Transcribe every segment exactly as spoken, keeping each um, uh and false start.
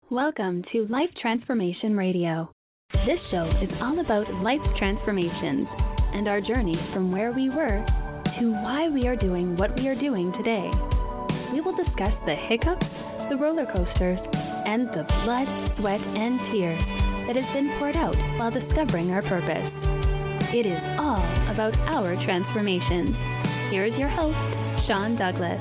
Welcome to Life Transformation Radio. This show is all about life transformations and our journey from where we were to why we are doing what we are doing today. We will discuss the hiccups, the roller coasters, and the blood, sweat, and tears that has been poured out while discovering our purpose. It is all about our transformations. Here is your host, Sean Douglas.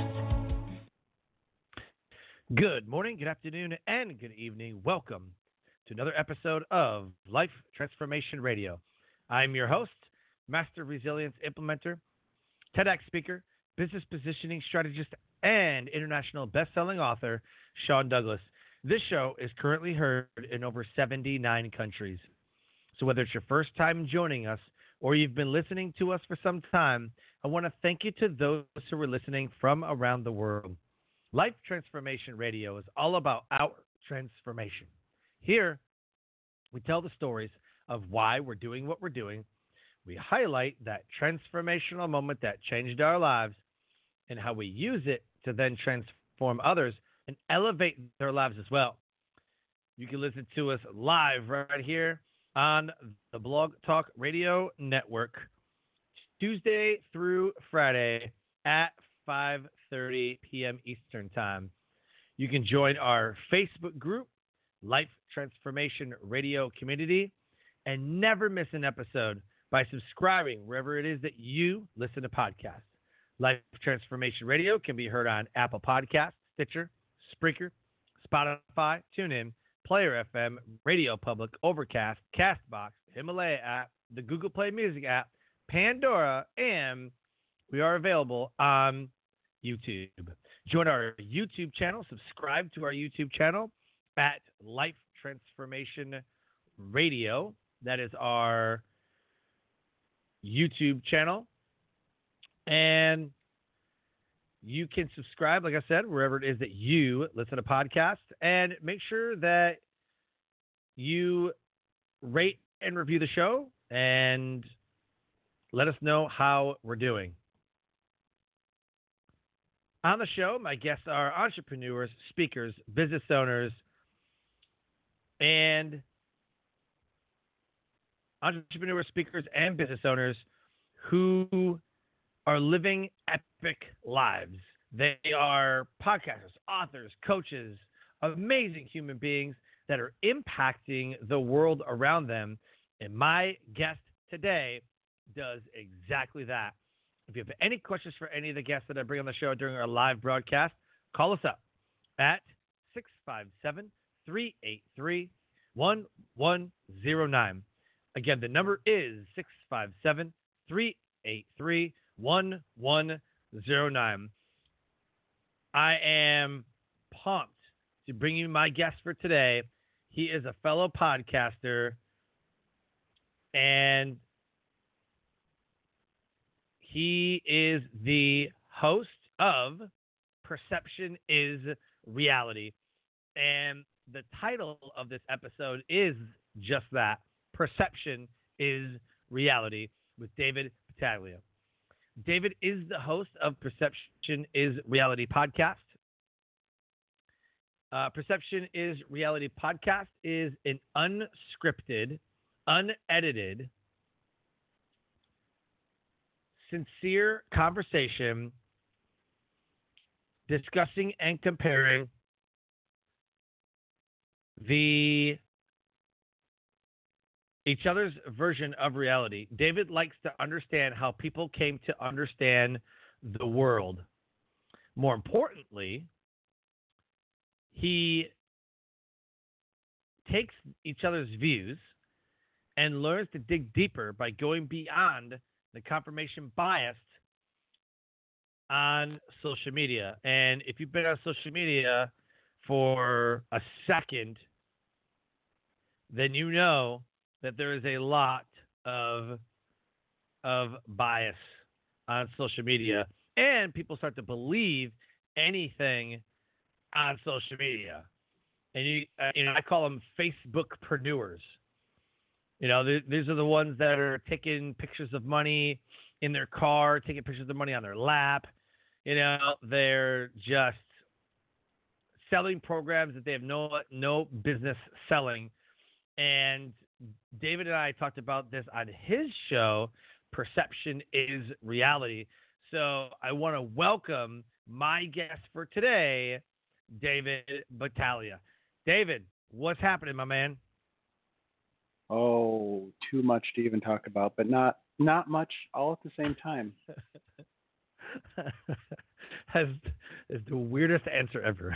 Good morning, good afternoon, and good evening. Welcome to another episode of Life Transformation Radio. I'm your host, Master Resilience Implementer, TEDx speaker, business positioning strategist, and international best-selling author, Sean Douglas. This show is currently heard in over seventy-nine countries. So whether it's your first time joining us or you've been listening to us for some time, I want to thank you to those who are listening from around the world. Life Transformation Radio is all about our transformation. Here, we tell the stories of why we're doing what we're doing. We highlight that transformational moment that changed our lives and how we use it to then transform others and elevate their lives as well. You can listen to us live right here on the Blog Talk Radio Network, Tuesday through Friday at five thirty p.m. Eastern Time. You can join our Facebook group, Life Transformation Radio Community, and never miss an episode by subscribing wherever it is that you listen to podcasts. Life Transformation Radio can be heard on Apple Podcasts, Stitcher, Spreaker, Spotify, TuneIn, Player F M, Radio Public, Overcast, CastBox, Himalaya app, the Google Play Music app, Pandora, and we are available on YouTube. Join our YouTube channel. Subscribe to our YouTube channel at Life Transformation Radio. That is our YouTube channel. And you can subscribe, like I said, wherever it is that you listen to podcasts. And make sure that you rate and review the show and let us know how we're doing. On the show, my guests are entrepreneurs, speakers, business owners, and entrepreneurs, speakers, and business owners who are living epic lives. They are podcasters, authors, coaches, amazing human beings that are impacting the world around them. And my guest today does exactly that. If you have any questions for any of the guests that I bring on the show during our live broadcast, call us up at six five seven, three eight three, one one zero nine. Again, the number is six five seven, three eight three, one one zero nine. I am pumped to bring you my guest for today. He is a fellow podcaster, and he is the host of Perception is Reality. And the title of this episode is just that, Perception is Reality, with David Battaglia. David is the host of Perception is Reality podcast. Uh, Perception is Reality podcast is an unscripted, unedited, sincere conversation discussing and comparing the each other's version of reality. David likes to understand how people came to understand the world. More importantly, he takes each other's views and learns to dig deeper by going beyond the confirmation bias on social media. And if you've been on social media for a second, then you know that there is a lot of of bias on social media, and people start to believe anything on social media. And you, uh, you know, I call them Facebookpreneurs. You know, th- these are the ones that are taking pictures of money in their car, taking pictures of money on their lap. You know, they're just selling programs that they have no no business selling. And David and I talked about this on his show, Perception is Reality. So I want to welcome my guest for today, David Battaglia. David, what's happening, my man? Oh, too much to even talk about, but not not much all at the same time. That's is the weirdest answer ever.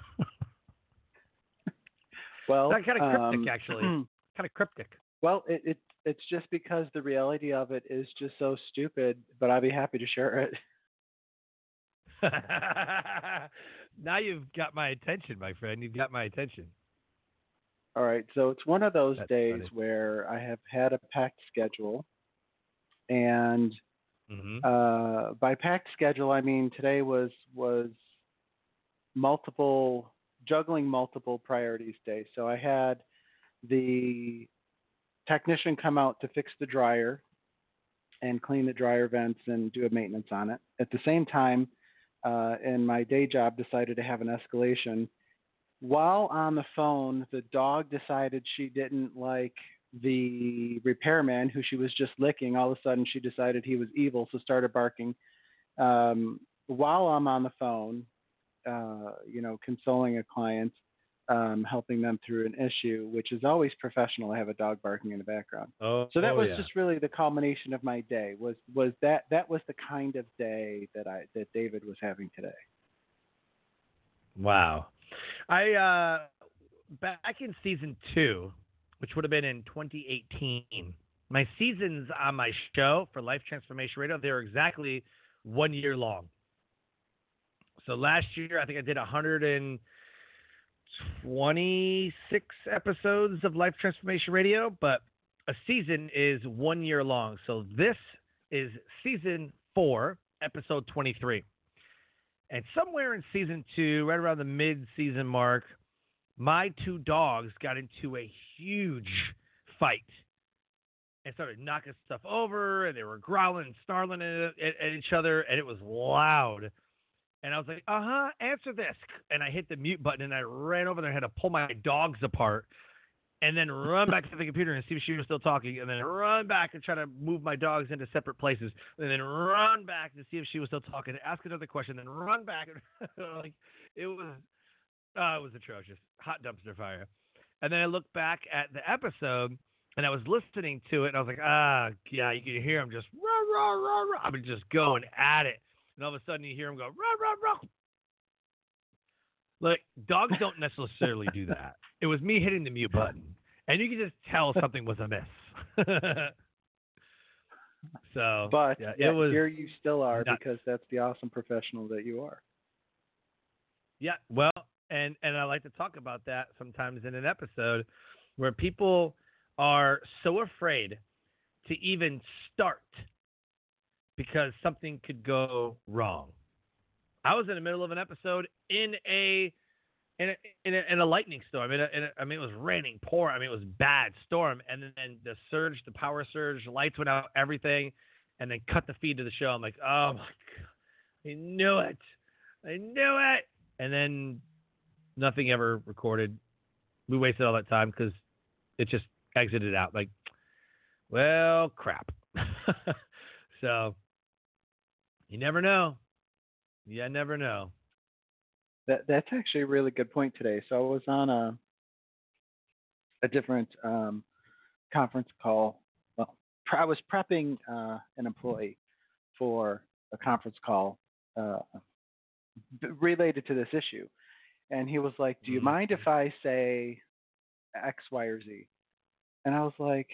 Well, that's kind of cryptic, um, actually. kind of cryptic. Well, it, it it's just because the reality of it is just so stupid, but I'd be happy to share it. Now you've got my attention, my friend. You've got my attention. All right, so it's one of those That's days funny. where I have had a packed schedule, and Mm-hmm. uh, by packed schedule, I mean today was was multiple juggling multiple priorities day. So I had the technician come out to fix the dryer and clean the dryer vents and do a maintenance on it. At the same time, uh, in my day job, decided to have an escalation. While on the phone, the dog decided she didn't like the repairman who she was just licking. All of a sudden, she decided he was evil, so started barking. Um, while I'm on the phone, uh, you know, consoling a client, um, helping them through an issue, which is always professional. I have a dog barking in the background. Oh, So that oh, was yeah. just really the culmination of my day. Was was that that was the kind of day that I that David was having today. Wow. I uh, back in season two, which would have been in twenty eighteen. My seasons on my show for Life Transformation Radio, they were exactly one year long. So last year, I think I did one hundred twenty-six episodes of Life Transformation Radio, but a season is one year long. So this is season four, episode twenty-three. And somewhere in season two, right around the mid-season mark, my two dogs got into a huge fight and started knocking stuff over, and they were growling and snarling at, at, at each other, and it was loud. And I was like, uh-huh, answer this. And I hit the mute button, and I ran over there and had to pull my dogs apart and then run back to the computer and see if she was still talking, and then run back and try to move my dogs into separate places, and then run back to see if she was still talking, ask another question, then run back. Like, it was, uh, it was atrocious. Hot dumpster fire. And then I looked back at the episode, and I was listening to it, and I was like, ah, yeah, you can hear them just, rah, rah, rah, rah. I mean, just going at it. And all of a sudden you hear them go, rah, rah, rah. Like, dogs don't necessarily do that. It was me hitting the mute button. And you could just tell something was amiss. So, But yeah, yeah, it was here you still are nuts. because that's the awesome professional that you are. Yeah, well, and, and I like to talk about that sometimes in an episode where people are so afraid to even start because something could go wrong. I was in the middle of an episode in a in a in a, in a lightning storm. In a, in a, I mean, it was raining, pouring. I mean, it was bad storm, and then the surge, the power surge, the lights went out, everything, and then cut the feed to the show. I'm like, oh my god, I knew it, I knew it, and then nothing ever recorded. We wasted all that time because it just exited out. Like, well, crap. So you never know. You never know. That that's actually a really good point today. So I was on a a different um, conference call. Well, I was prepping uh, an employee for a conference call uh, related to this issue, and he was like, "Do you mind if I say X, Y, or Z?" And I was like,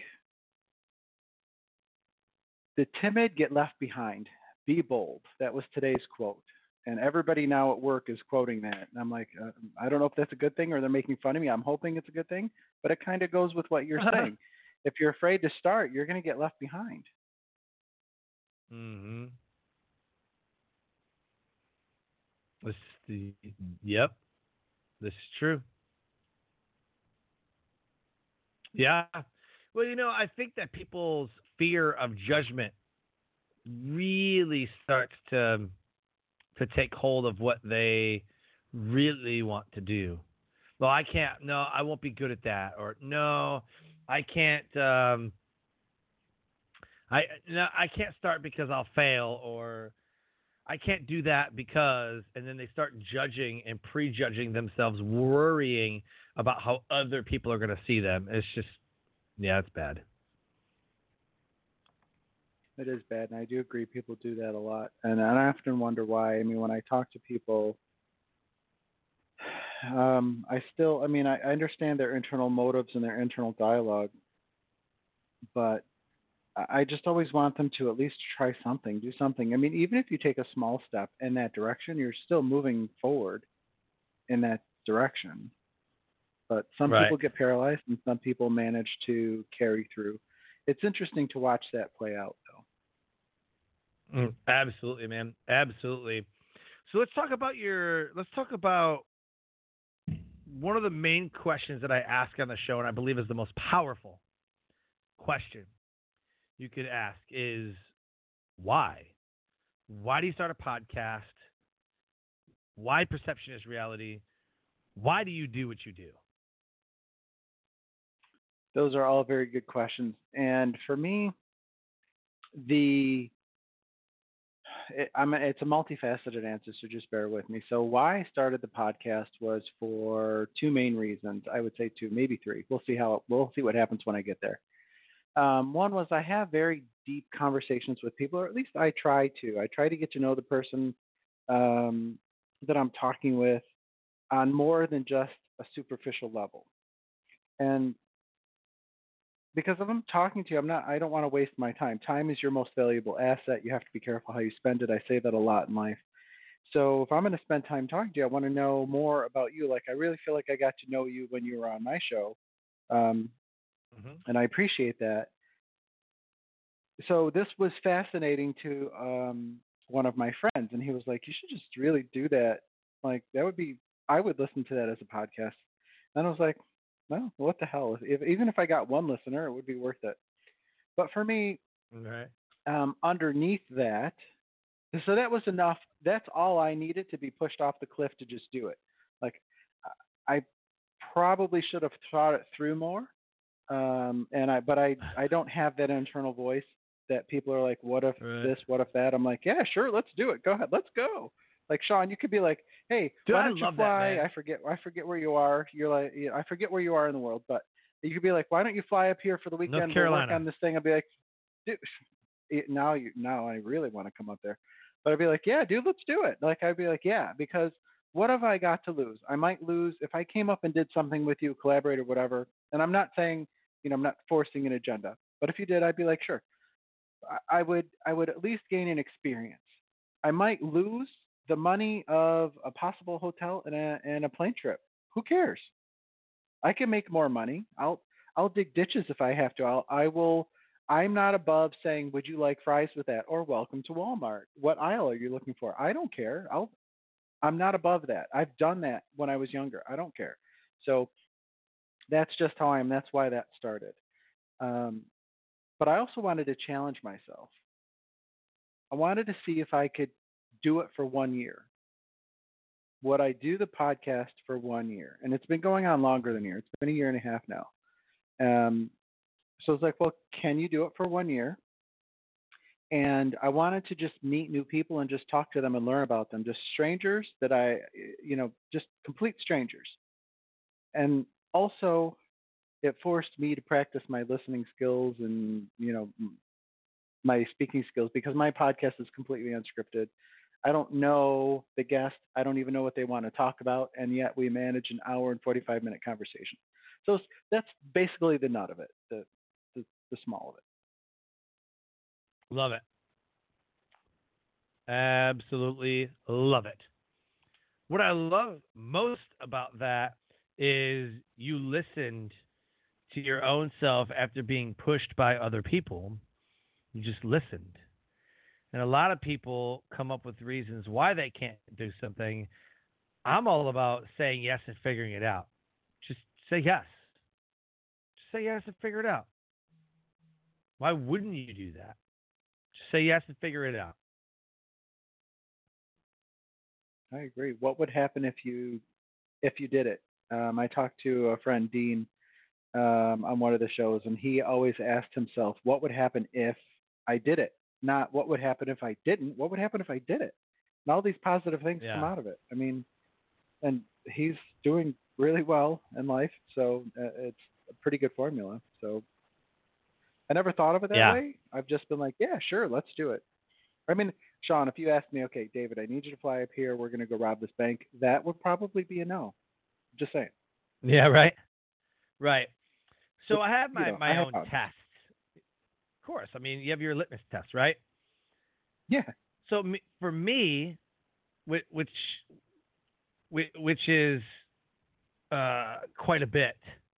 "The timid get left behind. Be bold." That was today's quote. And everybody now at work is quoting that. And I'm like, uh, I don't know if that's a good thing or they're making fun of me. I'm hoping it's a good thing, but it kind of goes with what you're saying. If you're afraid to start, you're going to get left behind. Mm-hmm. This the yep. This is true. Yeah. Well, you know, I think that people's fear of judgment really starts to to take hold of what they really want to do. Well, I can't. No, I won't be good at that. Or no, I can't. Um, I no, I can't start because I'll fail. Or I can't do that because, and then they start judging and prejudging themselves, worrying about how other people are going to see them. It's just, yeah, it's bad. It is bad, and I do agree people do that a lot. And I often wonder why. I mean, when I talk to people, um, I still, I mean, I, I understand their internal motives and their internal dialogue, but I I just always want them to at least try something, do something. I mean, even if you take a small step in that direction, you're still moving forward in that direction. But some Right. people get paralyzed, and some people manage to carry through. It's interesting to watch that play out, though. Mm, absolutely, man. Absolutely. So let's talk about your. Let's talk about one of the main questions that I ask on the show, and I believe is the most powerful question you could ask is why? Why do you start a podcast? Why perception is reality? Why do you do what you do? Those are all very good questions. And for me, the it, I'm, it's a multifaceted answer, so just bear with me. So, why I started the podcast was for two main reasons. I would say two, maybe three. We'll see how we'll see what happens when I get there. Um, one was I have very deep conversations with people, or at least I try to. I try to get to know the person um, that I'm talking with on more than just a superficial level. And because if I'm talking to you, I'm not. I don't want to waste my time. Time is your most valuable asset. You have to be careful how you spend it. I say that a lot in life. So if I'm going to spend time talking to you, I want to know more about you. Like I really feel like I got to know you when you were on my show, um, Mm-hmm. and I appreciate that. So this was fascinating to um, one of my friends, and he was like, "You should just really do that. Like that would be. I would listen to that as a podcast." And I was like, "Well, what the hell? If, even if I got one listener, it would be worth it." But for me, Right. um, underneath that, so that was enough. That's all I needed to be pushed off the cliff to just do it. Like I probably should have thought it through more. Um, and I, but I, I don't have that internal voice that people are like, what if Right. this, what if that? I'm like, yeah, sure, let's do it. Go ahead, let's go. Like Sean, you could be like, hey, Dude, why I don't you love that, fly? man. I forget, I forget where you are. You're like, you know, I forget where you are in the world, but you could be like, why don't you fly up here for the North weekend? We'll work Carolina. on this thing. I'll be like, dude, now you, now I really want to come up there. But I'd be like, yeah, dude, let's do it. Like I'd be like, yeah, because what have I got to lose? I might lose if I came up and did something with you, collaborate or whatever. And I'm not saying, you know, I'm not forcing an agenda. But if you did, I'd be like, sure. I, I would I would at least gain an experience. I might lose the money of a possible hotel and a and a plane trip. Who cares? I can make more money. I'll I'll dig ditches if I have to. I'll I will I'm not above saying, would you like fries with that? Or welcome to Walmart. What aisle are you looking for? I don't care. I'll I'm not above that. I've done that when I was younger. I don't care. So that's just how I am. That's why that started. Um, but I also wanted to challenge myself. I wanted to see if I could do it for one year. Would I do the podcast for one year? And it's been going on longer than a year. It's been a year and a half now. Um, so it's like, well, can you do it for one year? And I wanted to just meet new people and just talk to them and learn about them, just strangers that I, you know, just complete strangers. And also, it forced me to practice my listening skills and, you know, my speaking skills because my podcast is completely unscripted. I don't know the guest. I don't even know what they want to talk about, and yet we manage an hour and forty-five minute conversation. So that's basically the nut of it, the the, the small of it. Love it. Absolutely love it. What I love most about that is you listened to your own self after being pushed by other people. You just listened. And a lot of people come up with reasons why they can't do something. I'm all about saying yes and figuring it out. Just say yes. Just say yes and figure it out. Why wouldn't you do that? Just say yes and figure it out. I agree. What would happen if you if you did it? Um, I talked to a friend Dean um, on one of the shows, and he always asked himself, "What would happen if I did it?" Not what would happen if I didn't. What would happen if I did it? And all these positive things come Yeah. out of it. I mean, and he's doing really well in life, so uh, it's a pretty good formula. So I never thought of it that Yeah. way. I've just been like, yeah, sure, let's do it. I mean, Sean, if you asked me, okay, David, I need you to fly up here. We're going to go rob this bank. That would probably be a no. Just saying. Yeah, right. Right. So But, I have you my, know, I my have own fun. tests. Of course. I mean, you have your litmus test, right? Yeah. So me, for me, which which which is uh, quite a bit,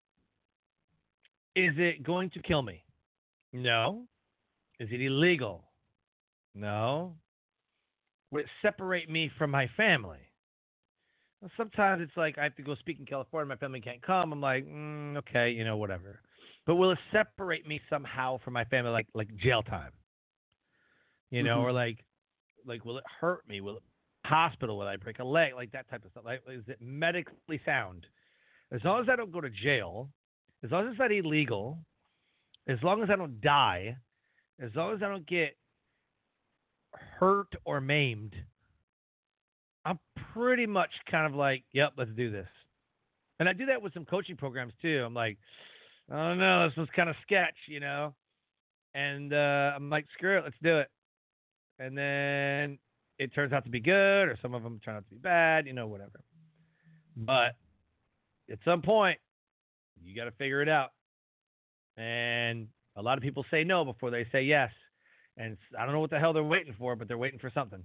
is it going to kill me? No. Is it illegal? No. Would it separate me from my family? Well, sometimes it's like I have to go speak in California, my family can't come. I'm like, mm, okay, you know, whatever. But will it separate me somehow from my family, like like jail time? You know, hmm or like like will it hurt me? Will it hospital? Will I break a leg? Like that type of stuff. Like, is it medically sound? As long as I don't go to jail, as long as it's not illegal, as long as I don't die, as long as I don't get hurt or maimed, I'm pretty much kind of like, yep, let's do this. And I do that with some coaching programs too. I'm like, I don't know, this was kind of sketch, you know? And uh, I'm like, screw it, let's do it. And then it turns out to be good, or some of them turn out to be bad, you know, whatever. But at some point, you got to figure it out. And a lot of people say no before they say yes. And I don't know what the hell they're waiting for, but they're waiting for something.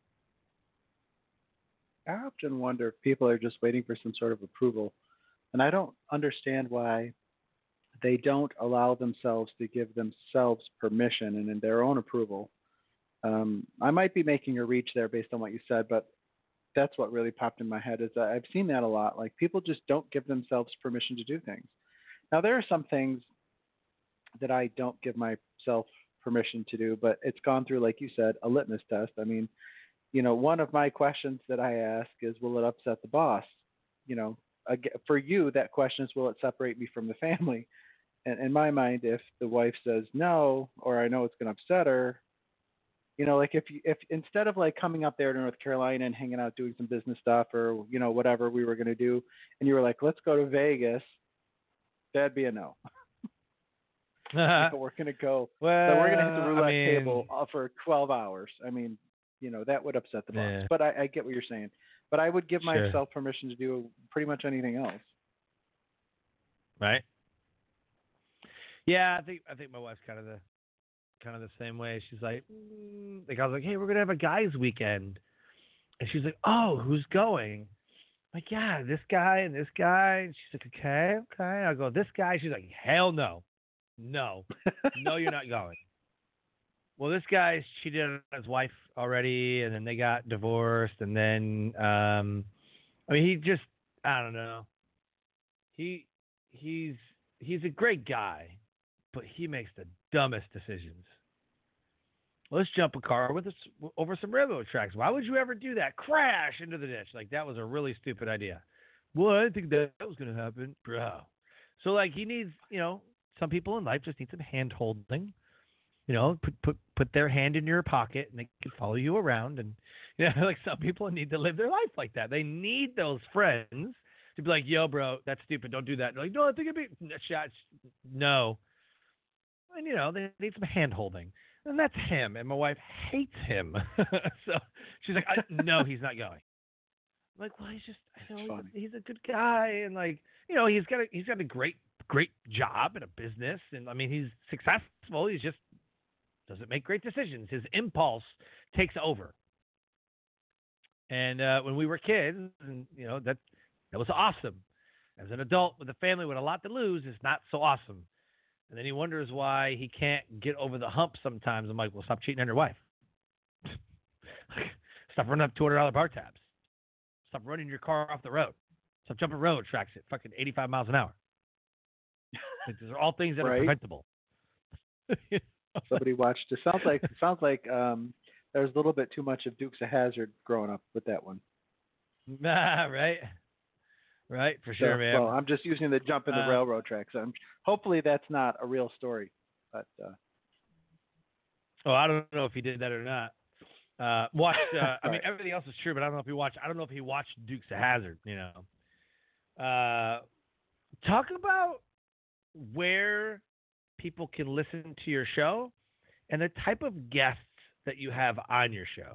I often wonder if people are just waiting for some sort of approval. And I don't understand why they don't allow themselves to give themselves permission and in their own approval. Um, I might be making a reach there based on what you said, but that's what really popped in my head is that I've seen that a lot. Like people just don't give themselves permission to do things. Now there are some things that I don't give myself permission to do, but it's gone through, like you said, a litmus test. I mean, you know, one of my questions that I ask is, will it upset the boss? You know, ag- for you, that question is, will it separate me from the family? And in my mind, if the wife says no, or I know it's going to upset her, you know, like if you, if instead of like coming up there to North Carolina and hanging out doing some business stuff or you know whatever we were going to do, and you were like, let's go to Vegas, that'd be a no. You know, we're going to go, well, so we're going to hit the roulette I mean, table uh, for twelve hours. I mean, you know, that would upset the boss. yeah, But I, I get what you're saying. But I would give sure, myself permission to do pretty much anything else. right? Yeah, I think I think my wife's kind of the kind of the same way. She's like, mm, like I was like, hey, we're gonna have a guys' weekend, and she's like, oh, who's going? I'm like, yeah, this guy and this guy. And she's like, okay, okay. I go, this guy. She's like, hell no, no, no, you're not going. Well, this guy's cheated on his wife already, and then they got divorced, and then, um, I mean, he just, I don't know. He, he's, he's a great guy, but he makes the dumbest decisions. Let's jump a car with us over some railroad tracks. Why would you ever do that? Crash into the ditch. Like, that was a really stupid idea. Well, I didn't think that, that was going to happen. Bro. So, like, he needs, you know, some people in life just need some hand-holding. You know, put put put their hand in your pocket and they can follow you around. And, you know, like some people need to live their life like that. They need those friends to be like, yo, bro, that's stupid. Don't do that. They're like, no, I think it'd be shots. No. And, you know, they need some hand-holding. And that's him. And my wife hates him. So she's like, I, no, he's not going. I'm like, well, he's just, you know, he's, a, he's a good guy. And like, you know, he's got a, he's got a great, great job and a business. And I mean, he's successful. He's just doesn't make great decisions. His impulse takes over. And uh, when we were kids, and you know, that, that was awesome. As an adult with a family with a lot to lose, it's not so awesome. And then he wonders why he can't get over the hump sometimes. I'm like, well, stop cheating on your wife. Stop running up two hundred dollars bar tabs. Stop running your car off the road. Stop jumping road tracks at fucking eighty-five miles an hour. Like, these are all things that right. are preventable. Somebody watched. It sounds like it sounds like um, there was a little bit too much of Dukes of Hazzard growing up with that one. Nah, right. Right, for So, sure, man. well, I'm just using the jump in the Uh, railroad tracks. I'm hopefully that's not a real story, but uh, oh, I don't know if he did that or not. Uh, watched. Uh, I mean, right. everything else is true, but I don't know if he watched. I don't know if he watched Dukes of Hazzard. You know. Uh, talk about where people can listen to your show and the type of guests that you have on your show.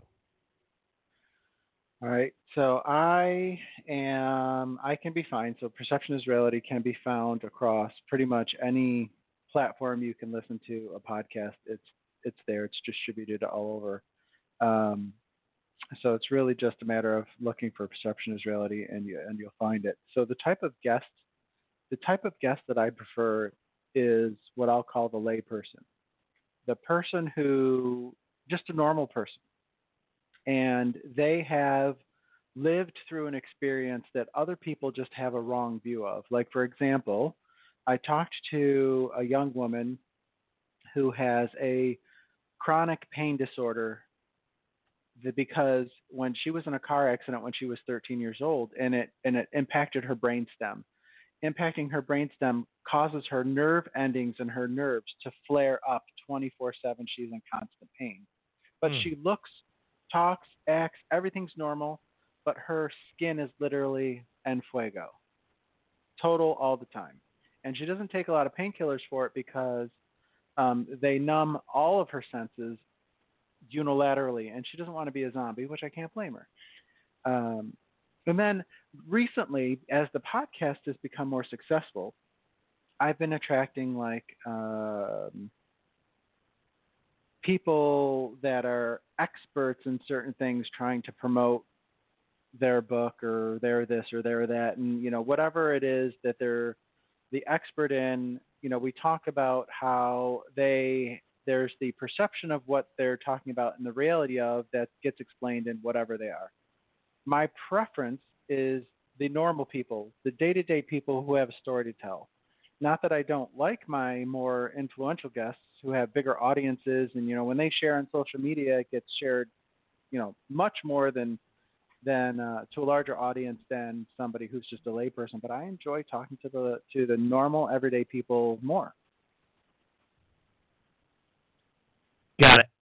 All right. So I am. I can be found. So Perception is Reality can be found across pretty much any platform you can listen to a podcast. It's it's there. It's distributed all over. Um, so it's really just a matter of looking for Perception is Reality, and you and you'll find it. So the type of guest, the type of guest that I prefer is what I'll call the lay person, the person who just a normal person, and they have lived through an experience that other people just have a wrong view of. Like, for example, I talked to a young woman who has a chronic pain disorder that because when she was in a car accident when she was thirteen years old, and it and it impacted her brainstem. Impacting her brainstem causes her nerve endings and her nerves to flare up twenty-four seven. She's in constant pain. But Hmm. she looks, talks, acts, everything's normal, but her skin is literally en fuego, total all the time. And she doesn't take a lot of painkillers for it because um, they numb all of her senses unilaterally, and she doesn't want to be a zombie, which I can't blame her. Um, and then recently, as the podcast has become more successful, I've been attracting like um, people that are experts in certain things, trying to promote their book or their this or their that, and you know whatever it is that they're the expert in. You know, we talk about how they there's the perception of what they're talking about and the reality of that gets explained in whatever they are. My preference is the normal people, the day-to-day people who have a story to tell. Not that I don't like my more influential guests who have bigger audiences, and you know when they share on social media, it gets shared, you know, much more than than uh, to a larger audience than somebody who's just a layperson. But I enjoy talking to the to the normal, everyday people more. Got it.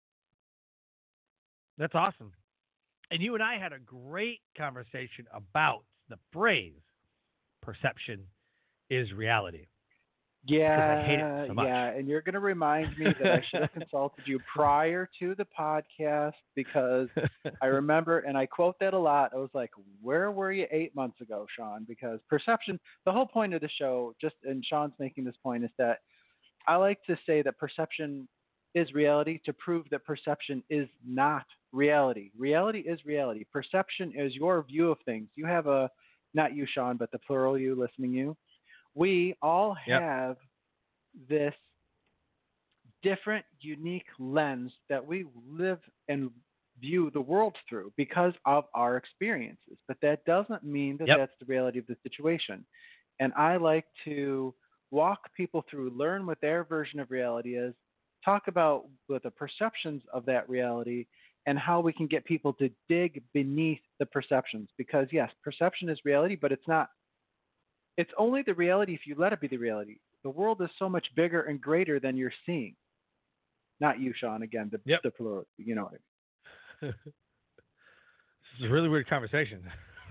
That's awesome. And you and I had a great conversation about the phrase "perception is reality." Yeah, I hate it so much. yeah, and you're going to remind me that I should have consulted you prior to the podcast because I remember, and I quote that a lot. I was like, "Where were you eight months ago, Sean?" Because perception, the whole point of the show, just and Sean's making this point, is that I like to say that perception is reality to prove that perception is not reality. Reality is reality. Perception is your view of things. You have a, not you, Sean, but the plural you, listening you. We all Yep. have this different, unique lens that we live and view the world through because of our experiences. But that doesn't mean that Yep. that's the reality of the situation. And I like to walk people through, learn what their version of reality is, talk about what the perceptions of that reality, and how we can get people to dig beneath the perceptions. Because yes, perception is reality, but it's not. It's only the reality if you let it be the reality. The world is so much bigger and greater than you're seeing. Not you, Sean. Again, the, Yep. the plural. You know. This is a really weird conversation.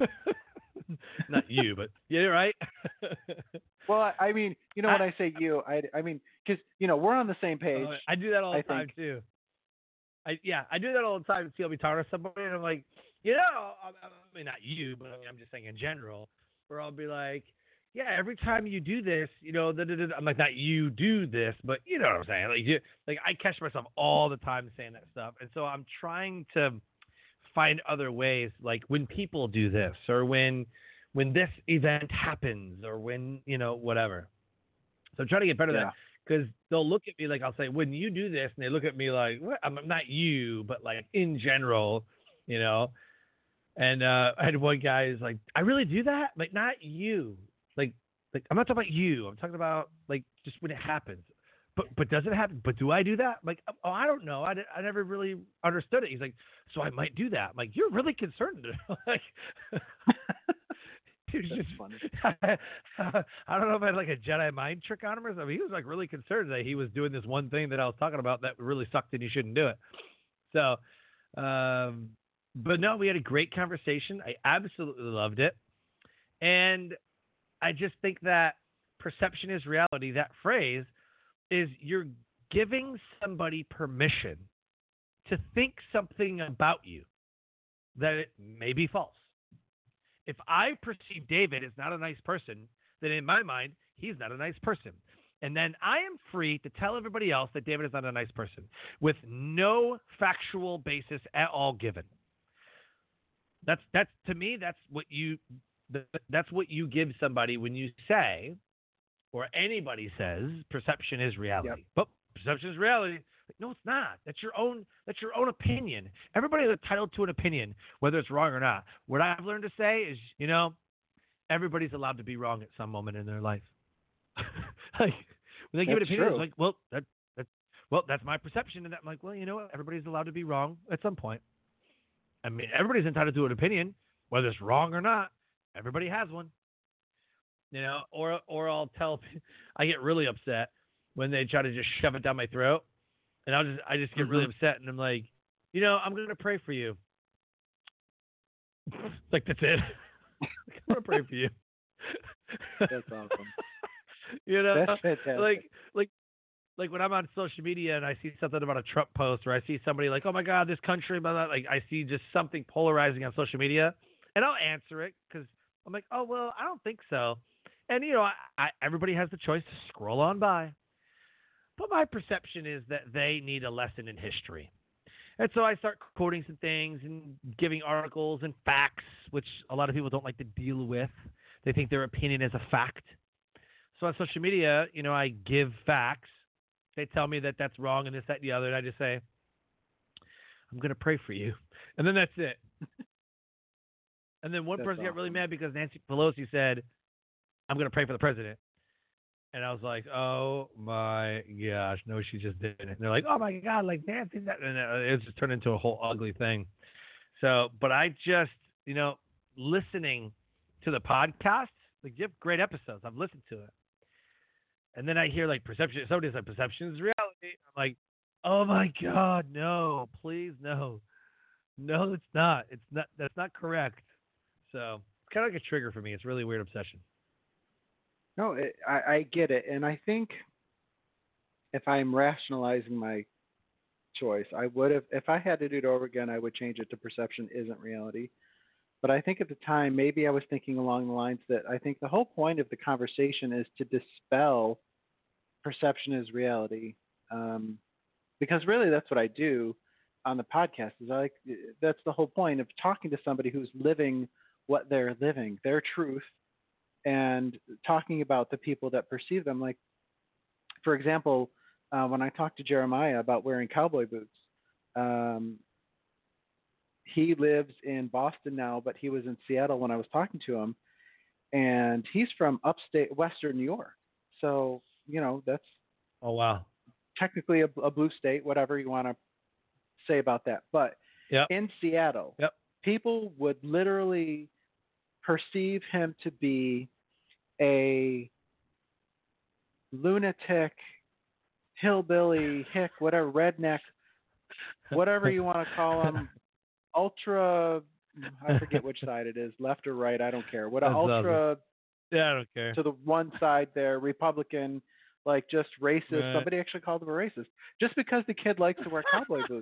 Not you, but yeah, you're right. Well, I, I mean, you know, when I say you, I, I mean, because you know we're on the same page. Uh, I do that all the I time think. too. I yeah, I do that all the time. See, I'll be talking to somebody, and I'm like, you know, I, I mean, not you, but I mean, I'm just saying in general, where I'll be like, yeah, every time you do this, you know, da, da, da, I'm like, not you do this, but you know what I'm saying. Like, you, like I catch myself all the time saying that stuff, and so I'm trying to find other ways, like when people do this, or when when this event happens, or when you know whatever. So I'm trying to get better at Yeah. that. Because they'll look at me like, I'll say, when you do this, and they look at me like, what? I'm not you, but like in general, you know. And uh, I had one guy who's like, I really do that? Like, not you. Like, like I'm not talking about you. I'm talking about like just when it happens. but but does it happen? But do I do that? I'm like, oh, I don't know. I, I never really understood it. He's like, so I might do that. I'm like, you're really concerned. like, he was That's just funny. I don't know if I had like a Jedi mind trick on him or something. He was like really concerned that he was doing this one thing that I was talking about that really sucked and he shouldn't do it. So, um, but no, we had a great conversation. I absolutely loved it. And I just think that perception is reality. That phrase is you're giving somebody permission to think something about you that it may be false. If I perceive David as not a nice person, then in my mind, he's not a nice person. And then I am free to tell everybody else that David is not a nice person with no factual basis at all given. That's that's to me, that's what you that's what you give somebody when you say, or anybody says, perception is reality. Yep. But perception is reality. No, it's not. That's your own. That's your own opinion. Everybody is entitled to an opinion, whether it's wrong or not. What I've learned to say is, you know, everybody's allowed to be wrong at some moment in their life. like when they give that's an opinion, true. it's like, well, that, that, well, that's my perception, and I'm like, well, you know what? Everybody's allowed to be wrong at some point. I mean, everybody's entitled to an opinion, whether it's wrong or not. Everybody has one. You know, or or I'll tell. I get really upset when they try to just shove it down my throat. And I'll just, I just get really upset, and I'm like, you know, I'm gonna pray for you. like that's it. I'm gonna pray for you. That's awesome. you know, that's fantastic. Like, like, like when I'm on social media and I see something about a Trump post, or I see somebody like, oh my God, this country, blah, blah, like I see just something polarizing on social media, and I'll answer it because I'm like, oh well, I don't think so. And you know, I, I, everybody has the choice to scroll on by. But my perception is that they need a lesson in history. And so I start quoting some things and giving articles and facts, which a lot of people don't like to deal with. They think their opinion is a fact. So on social media, you know, I give facts. They tell me that that's wrong and this, that, and the other. And I just say, I'm going to pray for you. And then that's it. And then one that's person awesome. got really mad because Nancy Pelosi said, I'm going to pray for the president. And I was like, oh, my gosh. No, she just didn't. And they're like, oh, my God, like, Nancy. That. And it just turned into a whole ugly thing. So, but I just, you know, listening to the podcast, like, you have great episodes. I've listened to it. And then I hear, like, perception. Somebody's like, perception is reality. I'm like, oh, my God, no. Please, no. No, it's not. It's not. That's not correct. So it's kind of like a trigger for me. It's a really weird obsession. No, it, I, I get it. And I think if I'm rationalizing my choice, I would have, if I had to do it over again, I would change it to perception isn't reality. But I think at the time, maybe I was thinking along the lines that I think the whole point of the conversation is to dispel perception is reality. Um, because really that's what I do on the podcast is I like, that's the whole point of talking to somebody who's living what they're living, their truth, and talking about the people that perceive them. Like, for example, uh, when I talked to Jeremiah about wearing cowboy boots, um, he lives in Boston now, but he was in Seattle when I was talking to him, and he's from upstate Western New York. So, you know, that's oh wow, technically a, a blue state, whatever you want to say about that. But yep. in Seattle, yep. people would literally perceive him to be a lunatic, hillbilly, hick, whatever, redneck, whatever you want to call him, ultra, I forget which side it is, left or right, I don't care. What an ultra, awesome. Yeah, I don't care. To the one side there, Republican, like just racist. Right. Somebody actually called him a racist just because the kid likes to wear cowboy boots.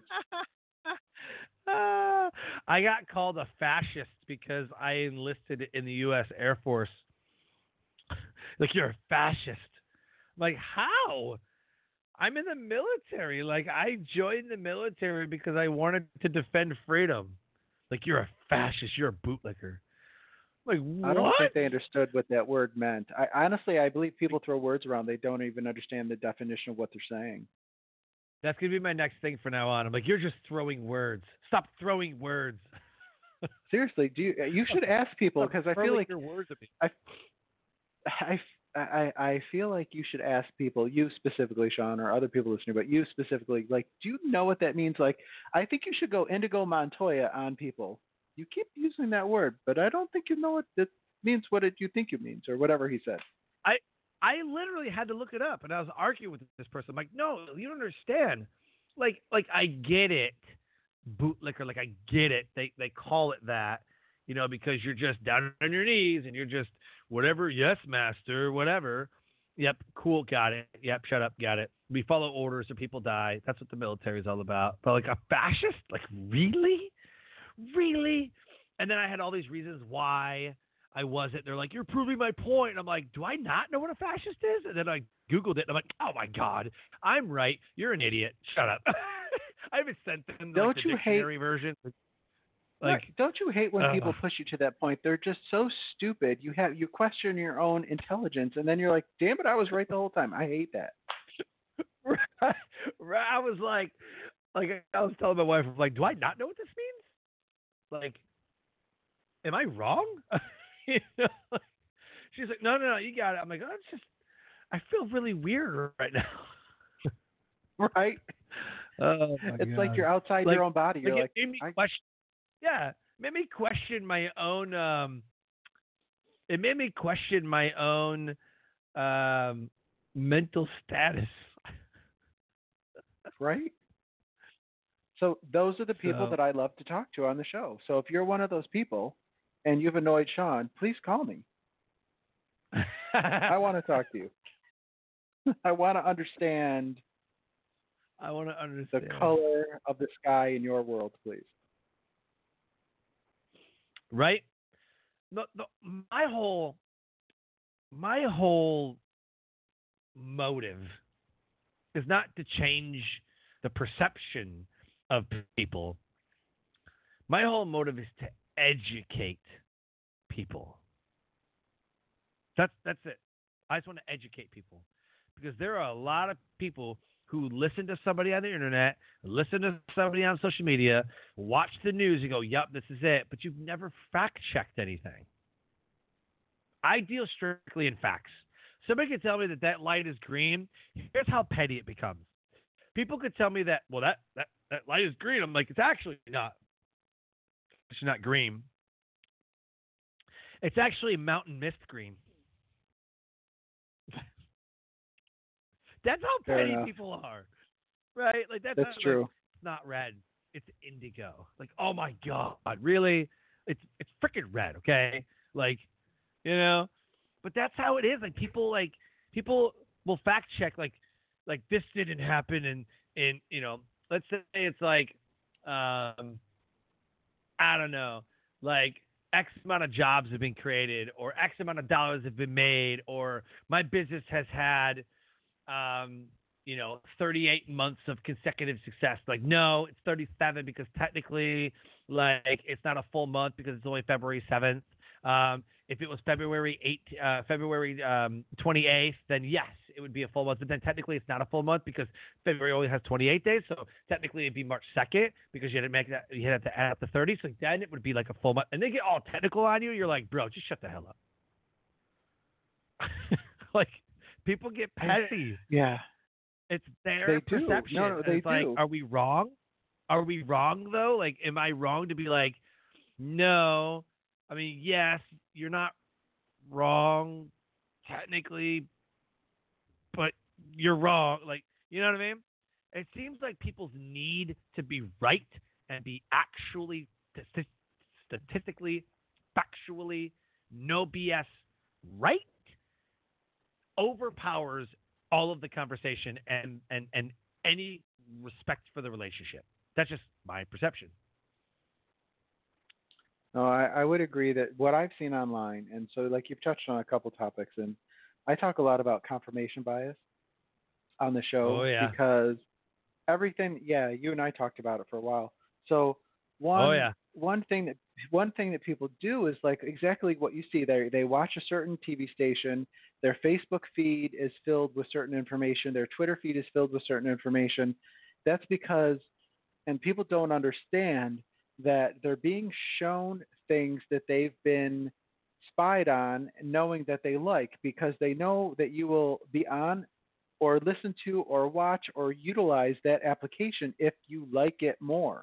Uh, I got called a fascist because I enlisted in the U S Air Force. Like, you're a fascist. I'm like, how? I'm in the military. Like, I joined the military because I wanted to defend freedom. Like, you're a fascist. You're a bootlicker. Like, what? I don't think they understood what that word meant. I honestly, I believe people throw words around. They don't even understand the definition of what they're saying. That's going to be my next thing from now on. I'm like, you're just throwing words. Stop throwing words. Seriously, do you? You should ask people because I feel like your words at me. I, I, I, I feel like you should ask people, you specifically, Sean, or other people listening, but you specifically, like, do you know what that means? Like, I think you should go Indigo Montoya on people. You keep using that word, but I don't think you know what it means, what it you think it means, or whatever he said. I I literally had to look it up, and I was arguing with this person. I'm like, no, you don't understand. Like, like I get it, bootlicker. Like I get it. They they call it that, you know, because you're just down on your knees and you're just whatever. Yes, master. Whatever. Yep. Cool. Got it. Yep. Shut up. Got it. We follow orders or people die. That's what the military is all about. But like a fascist? Like really? Really? And then I had all these reasons why I wasn't. They're like, you're proving my point. And I'm like, do I not know what a fascist is? And then I Googled it, and I'm like, oh, my God. I'm right. You're an idiot. Shut up. I haven't sent them Don't like, the you dictionary hate, version. Like, Like, don't you hate when uh, people push you to that point? They're just so stupid. You have you question your own intelligence, and then you're like, damn it, I was right the whole time. I hate that. I was like, like I was telling my wife, I'm like, do I not know what this means? Like, am I wrong? You know? She's like, no, no, no, you got it. I'm like, oh, it's just, I feel really weird right now. Right? Oh my It's God. like you're outside Like- your own body. You're Like, like, it made me I- question, yeah, it made me question my own. Um, it made me question my own um, mental status. right? So those are the people So- that I love to talk to on the show. So if you're one of those people and you've annoyed Sean, please call me. I want to talk to you. I want to understand I want to the understand. color of the sky in your world, please. Right? The, the, my whole, my whole motive is not to change the perception of people. My whole motive is to educate people. That's that's it. I just want to educate people because there are a lot of people who listen to somebody on the internet, listen to somebody on social media, watch the news and go, "Yup, this is it," but you've never fact-checked anything. I deal strictly in facts. Somebody could tell me that that light is green. Here's how petty it becomes. People could tell me that, well, that, that, that light is green. I'm like, it's actually not. It's not green. It's actually mountain mist green. That's how Fair petty enough. people are, right? Like that's, That's not, true. Like, it's not red. It's indigo. Like, oh my God, really? It's it's freaking red. Okay, like, you know. But that's how it is. Like people like people will fact check like like this didn't happen and and you know let's say it's like um I don't know like X amount of jobs have been created or X amount of dollars have been made or my business has had um you know thirty-eight months of consecutive success. Like no, it's thirty-seven because technically like it's not a full month because it's only February seventh. Um, if it was February eighth, uh, February um, twenty-eighth, then yes, it would be a full month. But then technically it's not a full month because February only has twenty-eight days. So technically it'd be March second because you had to make that, you had to add up the thirty. So then it would be like a full month. And they get all technical on you. You're like, bro, just shut the hell up. Like people get petty. Yeah. It's their They do. perception. No, no, And they it's like, do. are we wrong? Are we wrong though? Like, am I wrong to be like, no? I mean, yes, you're not wrong technically, but you're wrong. Like, you know what I mean? It seems like people's need to be right and be actually stati- statistically, factually, no B S right overpowers all of the conversation and, and, and any respect for the relationship. That's just my perception. No, I, I would agree that what I've seen online, and so like you've touched on a couple topics, and I talk a lot about confirmation bias on the show Oh, yeah. because everything. Yeah, you and I talked about it for a while. So one Oh, yeah. one thing that one thing that people do is like exactly what you see. They they watch a certain T V station. Their Facebook feed is filled with certain information. Their Twitter feed is filled with certain information. That's because, and people don't understand that they're being shown things that they've been spied on, knowing that they like, because they know that you will be on or listen to or watch or utilize that application if you like it more.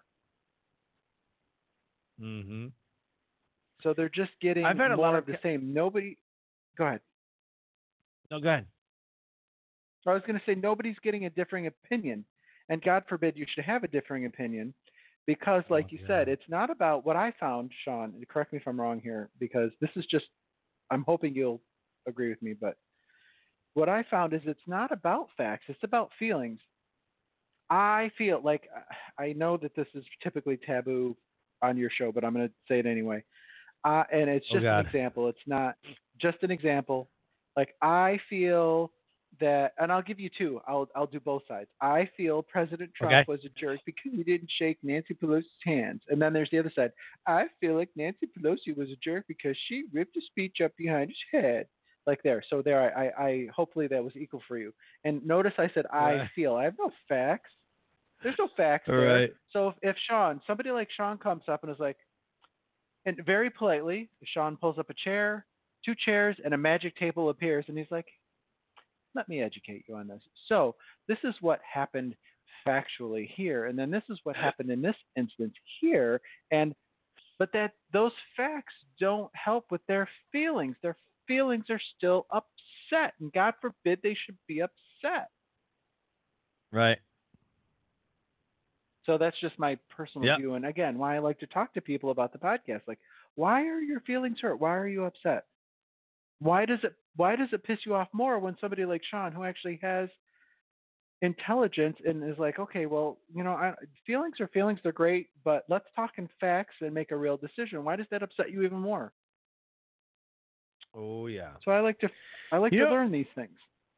Mm-hmm. So they're just getting I've had a more lot of of the ca- same. Nobody, go ahead. No, go ahead. I was going to say nobody's getting a differing opinion, and God forbid you should have a differing opinion, because, like Oh, you yeah. said, it's not about what I found, Sean. Correct me if I'm wrong here, because this is just. I'm hoping you'll agree with me, but what I found is it's not about facts; it's about feelings. I feel like I know that this is typically taboo on your show, but I'm going to say it anyway. Uh, and it's Oh, just an God. example. It's not just an example. Like I feel that, and I'll give you two. I'll I'll do both sides. I feel President Trump Okay. was a jerk because he didn't shake Nancy Pelosi's hands. And then there's the other side. I feel like Nancy Pelosi was a jerk because she ripped a speech up behind his head. Like there. So there. I I, I hopefully that was equal for you. And notice I said I Right. feel. I have no facts. There's no facts All there. right. So if, if Sean, somebody like Sean comes up and is like, and very politely, Sean pulls up a chair, two chairs, and a magic table appears, and he's like, let me educate you on this. So this is what happened factually here, and then this is what happened in this instance here, and but that those facts don't help with their feelings. Their feelings are still upset, and God forbid they should be upset. Right. So that's just my personal Yep. view. And again, why I like to talk to people about the podcast. Like, why are your feelings hurt? Why are you upset? Why does it why does it piss you off more when somebody like Sean, who actually has intelligence and is like, okay, well, you know, I, feelings are feelings, they're great, but let's talk in facts and make a real decision. Why does that upset you even more? Oh, yeah. So I like to I like You to know- learn these things.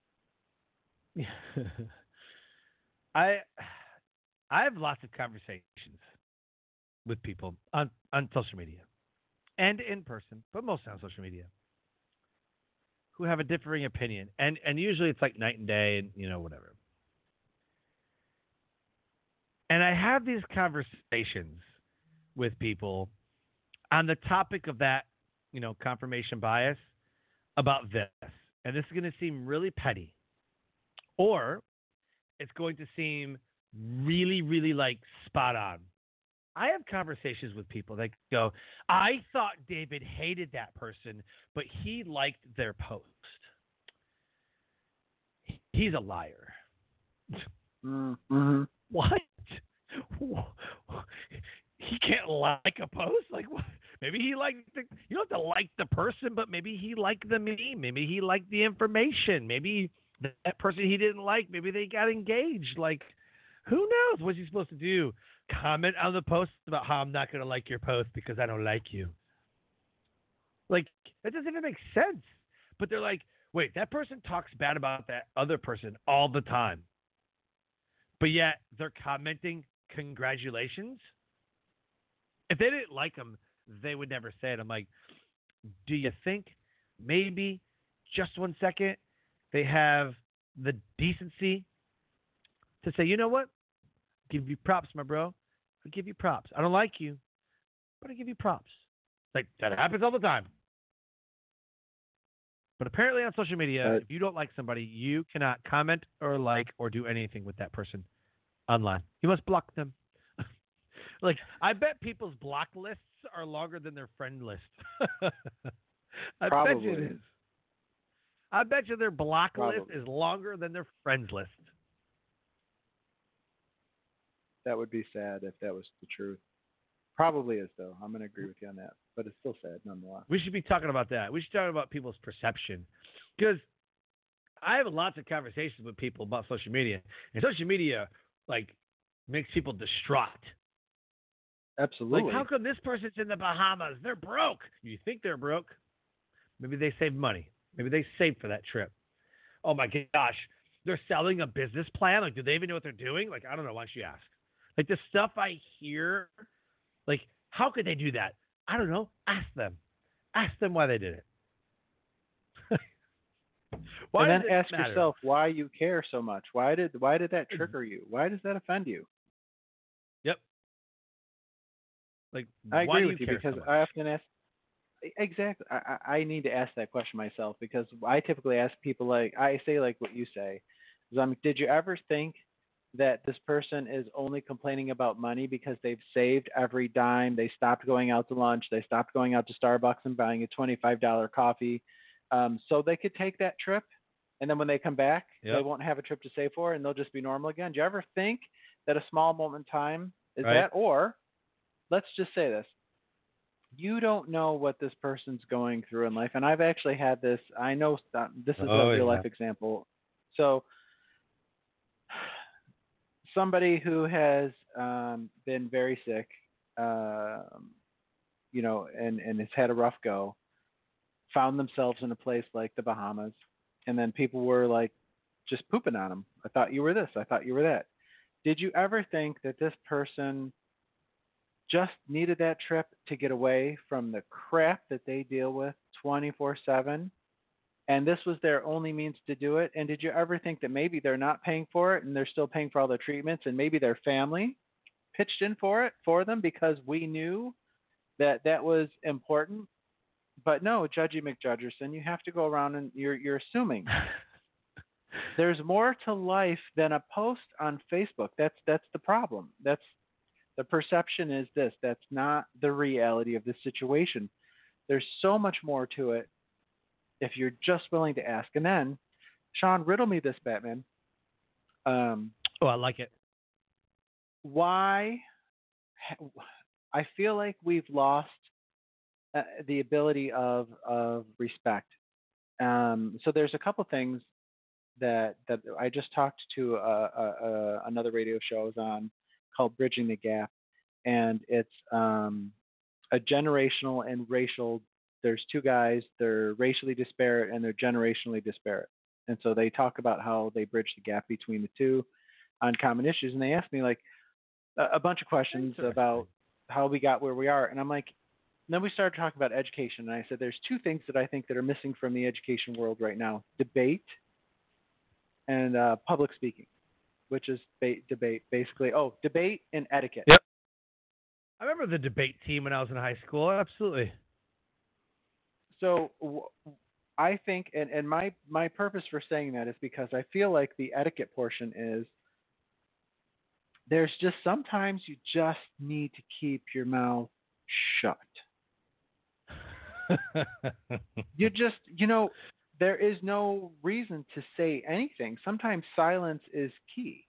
I I have lots of conversations with people on, on social media and in person, but mostly on social media, who have a differing opinion. And and usually it's like night and day and, you know, whatever. And I have these conversations with people on the topic of that, you know, confirmation bias about this. And this is going to seem really petty, or it's going to seem really, really like spot on. I have conversations with people that go, I thought David hated that person, but he liked their post. He's a liar. Mm-hmm. What? He can't like a post? Like what? Maybe he liked the, you don't have to like the person, but maybe he liked the meme. Maybe he liked the information. Maybe that person he didn't like, maybe they got engaged. Like, who knows? What's he supposed to do? Comment on the post about how I'm not going to like your post because I don't like you. Like, that doesn't even make sense. But they're like, wait, that person talks bad about that other person all the time. But yet they're commenting congratulations. If they didn't like them, they would never say it. I'm like, do you think maybe just one second they have the decency to say, you know what? Give you props, my bro. I give you props. I don't like you, but I give you props. Like, that happens all the time. But apparently on social media, Uh, if you don't like somebody, you cannot comment or like or do anything with that person online. You must block them. Like, I bet people's block lists are longer than their friend list. I Probably. bet you it is. I bet you their block Probably. list is longer than their friends list. That would be sad if that was the truth. Probably is, though. I'm going to agree with you on that. But it's still sad nonetheless. We should be talking about that. We should talk about people's perception. Because I have lots of conversations with people about social media. And social media, like, makes people distraught. Absolutely. Like, how come this person's in the Bahamas? They're broke. You think they're broke? Maybe they saved money. Maybe they saved for that trip. Oh, my gosh. They're selling a business plan? Like, do they even know what they're doing? Like, I don't know. Why don't you ask? Like, the stuff I hear, like, how could they do that? I don't know. Ask them. Ask them why they did it. Why and then does it ask matter? yourself why you care so much. Why did why did that trigger you? Why does that offend you? Yep. Like, I why agree do with you you care because so much? I often ask Exactly. I, I I need to ask that question myself because I typically ask people like I say like what you say. Is, um, did you ever think that this person is only complaining about money because they've saved every dime? They stopped going out to lunch. They stopped going out to Starbucks and buying a twenty-five dollars coffee, um, so they could take that trip. And then when they come back, they Yep. won't have a trip to save for, and they'll just be normal again. Do you ever think that a small moment in time is Right. that, or let's just say this: you don't know what this person's going through in life. And I've actually had this, I know that this is Oh a real yeah. life example. So, somebody who has um, been very sick, um, you know, and, and has had a rough go, found themselves in a place like the Bahamas. And then people were like just pooping on them. I thought you were this. I thought you were that. Did you ever think that this person just needed that trip to get away from the crap that they deal with twenty-four seven, and this was their only means to do it? And did you ever think that maybe they're not paying for it and they're still paying for all their treatments, and maybe their family pitched in for it for them because we knew that that was important? But no, Judgy McJudgerson, you have to go around and you're you're assuming. There's more to life than a post on Facebook. That's that's the problem. That's the perception is this. That's not the reality of the situation. There's so much more to it if you're just willing to ask. And then, Sean, riddle me this, Batman. Um, Oh, I like it. why? I feel like we've lost uh, the ability of of respect. Um, so there's a couple things that that I just talked to uh, uh, uh, another radio show I was on called Bridging the Gap, and it's um, a generational and racial. There's two guys. They're racially disparate and they're generationally disparate, and so they talk about how they bridge the gap between the two on common issues. And they asked me like a, a bunch of questions about how we got where we are, and I'm like. And then we started talking about education, and I said there's two things that I think that are missing from the education world right now: debate and uh, public speaking, which is ba- debate basically. Oh, debate and etiquette. Yep. I remember the debate team when I was in high school. Absolutely. So w- I think, and, and my, my purpose for saying that is because I feel like the etiquette portion is there's just sometimes you just need to keep your mouth shut. You just, you know, there is no reason to say anything. Sometimes silence is key.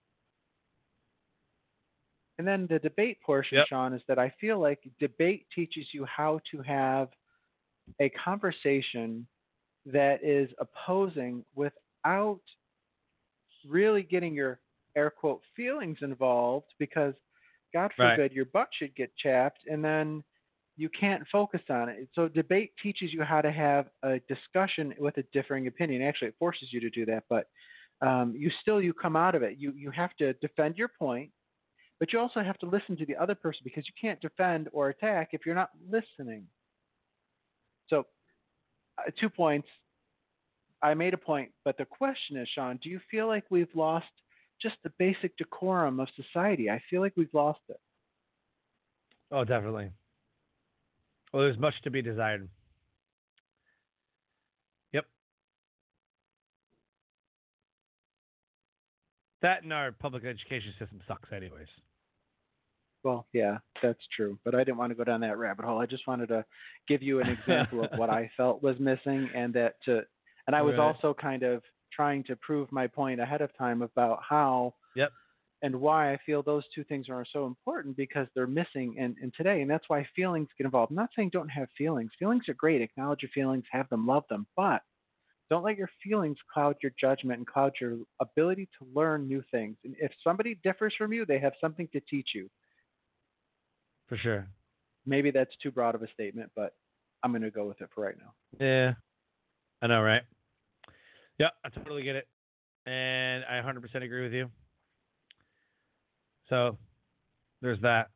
And then the debate portion, Yep. Sean, is that I feel like debate teaches you how to have a conversation that is opposing without really getting your air quote feelings involved, because God Right. forbid your butt should get chapped and then you can't focus on it. So debate teaches you how to have a discussion with a differing opinion. Actually, it forces you to do that, but um, you still you come out of it. You you have to defend your point, but you also have to listen to the other person because you can't defend or attack if you're not listening. So, uh, two points. I made a point, but the question is, Sean, do you feel like we've lost just the basic decorum of society? I feel like we've lost it. Oh, definitely. Well, there's much to be desired. Yep. That and our public education system sucks, anyways. Well, yeah, that's true. But I didn't want to go down that rabbit hole. I just wanted to give you an example of what I felt was missing, and that to, and I was Right. also kind of trying to prove my point ahead of time about how Yep. and why I feel those two things are so important because they're missing in, in today. And that's why feelings get involved. I'm not saying don't have feelings. Feelings are great. Acknowledge your feelings, have them, love them. But don't let your feelings cloud your judgment and cloud your ability to learn new things. And if somebody differs from you, they have something to teach you. For sure. Maybe that's too broad of a statement, but I'm going to go with it for right now. Yeah. I know, right? Yeah, I totally get it. And I one hundred percent agree with you. So, there's that.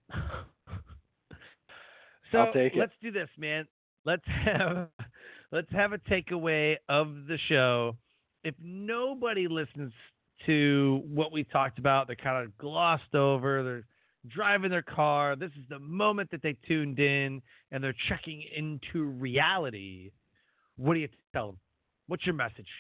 So, I'll take it. let's do this, man. Let's have let's have a takeaway of the show. If nobody listens to what we talked about, they're kind of glossed over, they're driving their car. This is the moment that they tuned in and they're checking into reality. What do you tell them? What's your message?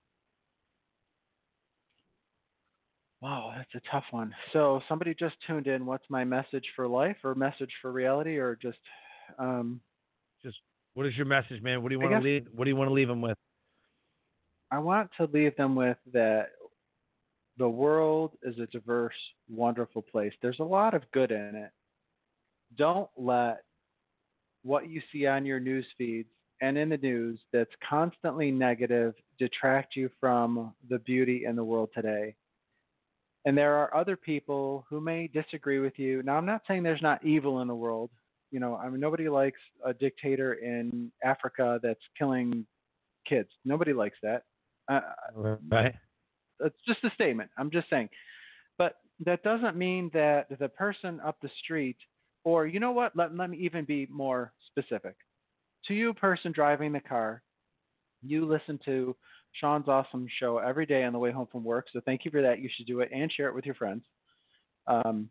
Wow, that's a tough one. So somebody just tuned in. What's my message for life, or message for reality, or just? Um, Just what is your message, man? What do you I want to guess leave? What do you want to leave them with? I want to leave them with that the world is a diverse, wonderful place. There's a lot of good in it. Don't let what you see on your news feeds and in the news that's constantly negative detract you from the beauty in the world today. And there are other people who may disagree with you. Now, I'm not saying there's not evil in the world. You know, I mean, nobody likes a dictator in Africa that's killing kids. Nobody likes that. Uh, Right. it's just a statement. I'm just saying. But that doesn't mean that the person up the street, or you know what, let, let me even be more specific. To you, person driving the car, you listen to Sean's awesome show every day on the way home from work. So thank you for that. You should do it and share it with your friends. Um,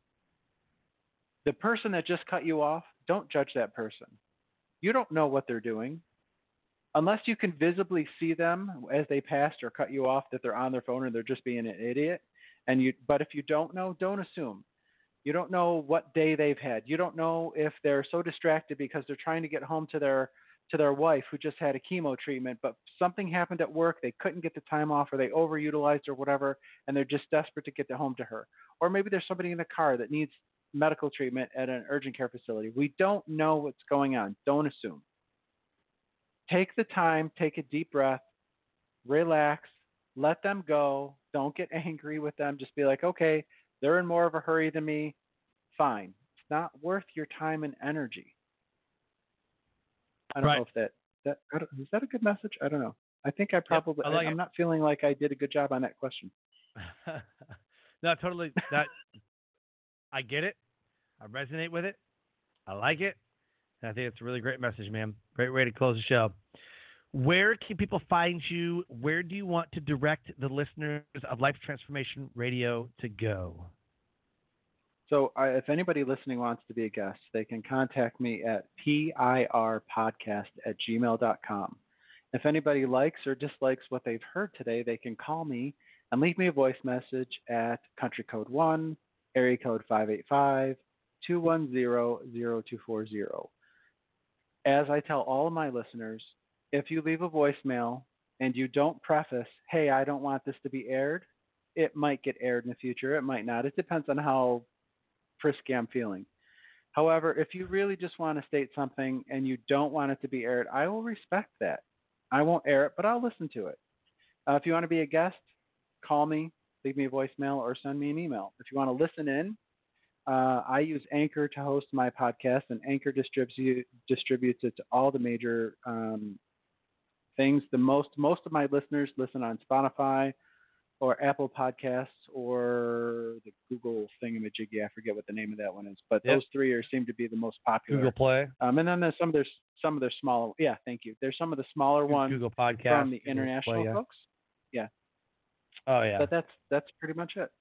the person that just cut you off, don't judge that person. You don't know what they're doing. Unless you can visibly see them as they passed or cut you off, that they're on their phone or they're just being an idiot. And you, but if you don't know, don't assume. You don't know what day they've had. You don't know if they're so distracted because they're trying to get home to their to their wife who just had a chemo treatment, but something happened at work. They couldn't get the time off, or they overutilized or whatever, and they're just desperate to get to home to her. Or maybe there's somebody in the car that needs medical treatment at an urgent care facility. We don't know what's going on. Don't assume. Take the time, take a deep breath, relax, let them go. Don't get angry with them. Just be like, okay, they're in more of a hurry than me. Fine. It's not worth your time and energy. I don't Right. know if that, that I don't, is that a good message? I don't know. I think I probably, Yep, I like I, I'm it. not feeling like I did a good job on that question. No, totally. That I get it. I resonate with it. I like it. And I think it's a really great message, man. Great way to close the show. Where can people find you? Where do you want to direct the listeners of Life Transformation Radio to go? So uh, if anybody listening wants to be a guest, they can contact me at pirpodcast at gmail dot com. If anybody likes or dislikes what they've heard today, they can call me and leave me a voice message at country code one, area code five eight five, two one zero, zero two four zero. As I tell all of my listeners, if you leave a voicemail and you don't preface, hey, I don't want this to be aired, it might get aired in the future. It might not. It depends on how frisky I'm feeling. However, if you really just want to state something and you don't want it to be aired, I will respect that. I won't air it, but I'll listen to it. Uh, if you want to be a guest, call me, leave me a voicemail, or send me an email. If you want to listen in, uh, I use Anchor to host my podcast, and Anchor distributes distributes it to all the major um, things. The most most of my listeners listen on Spotify or Apple Podcasts or the Google thingamajiggy. I forget what the name of that one is, but Yep. those three are seem to be the most popular. Google Play. Um, and then there's some of their some of their smaller. Yeah, thank you. There's some of the smaller ones Google Podcast. from the Google international Play, yeah. folks. Yeah, Oh, yeah. but that's that's pretty much it.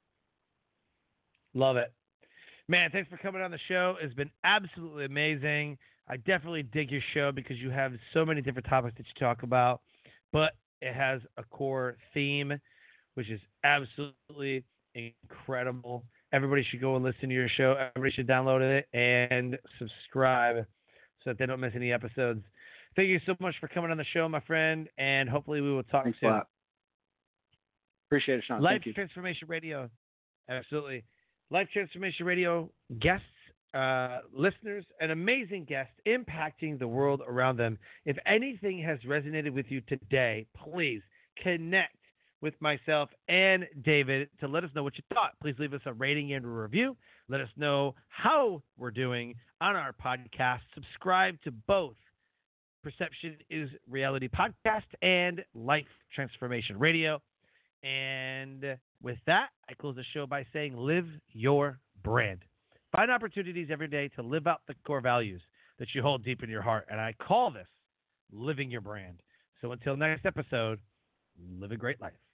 Love it. Man, thanks for coming on the show. It's been absolutely amazing. I definitely dig your show because you have so many different topics that you talk about, but it has a core theme, which is absolutely incredible. Everybody should go and listen to your show. Everybody should download it and subscribe so that they don't miss any episodes. Thank you so much for coming on the show, my friend, and hopefully we will talk Thanks a soon. lot. Appreciate it, Sean. Life Thank you. Transformation Radio. Absolutely. Life Transformation Radio guests, uh, listeners, and amazing guests impacting the world around them. If anything has resonated with you today, please connect with myself and David to let us know what you thought. Please leave us a rating and a review. Let us know how we're doing on our podcast. Subscribe to both Perception is Reality Podcast and Life Transformation Radio. And with that, I close the show by saying live your brand. Find opportunities every day to live out the core values that you hold deep in your heart. And I call this living your brand. So until next episode, live a great life.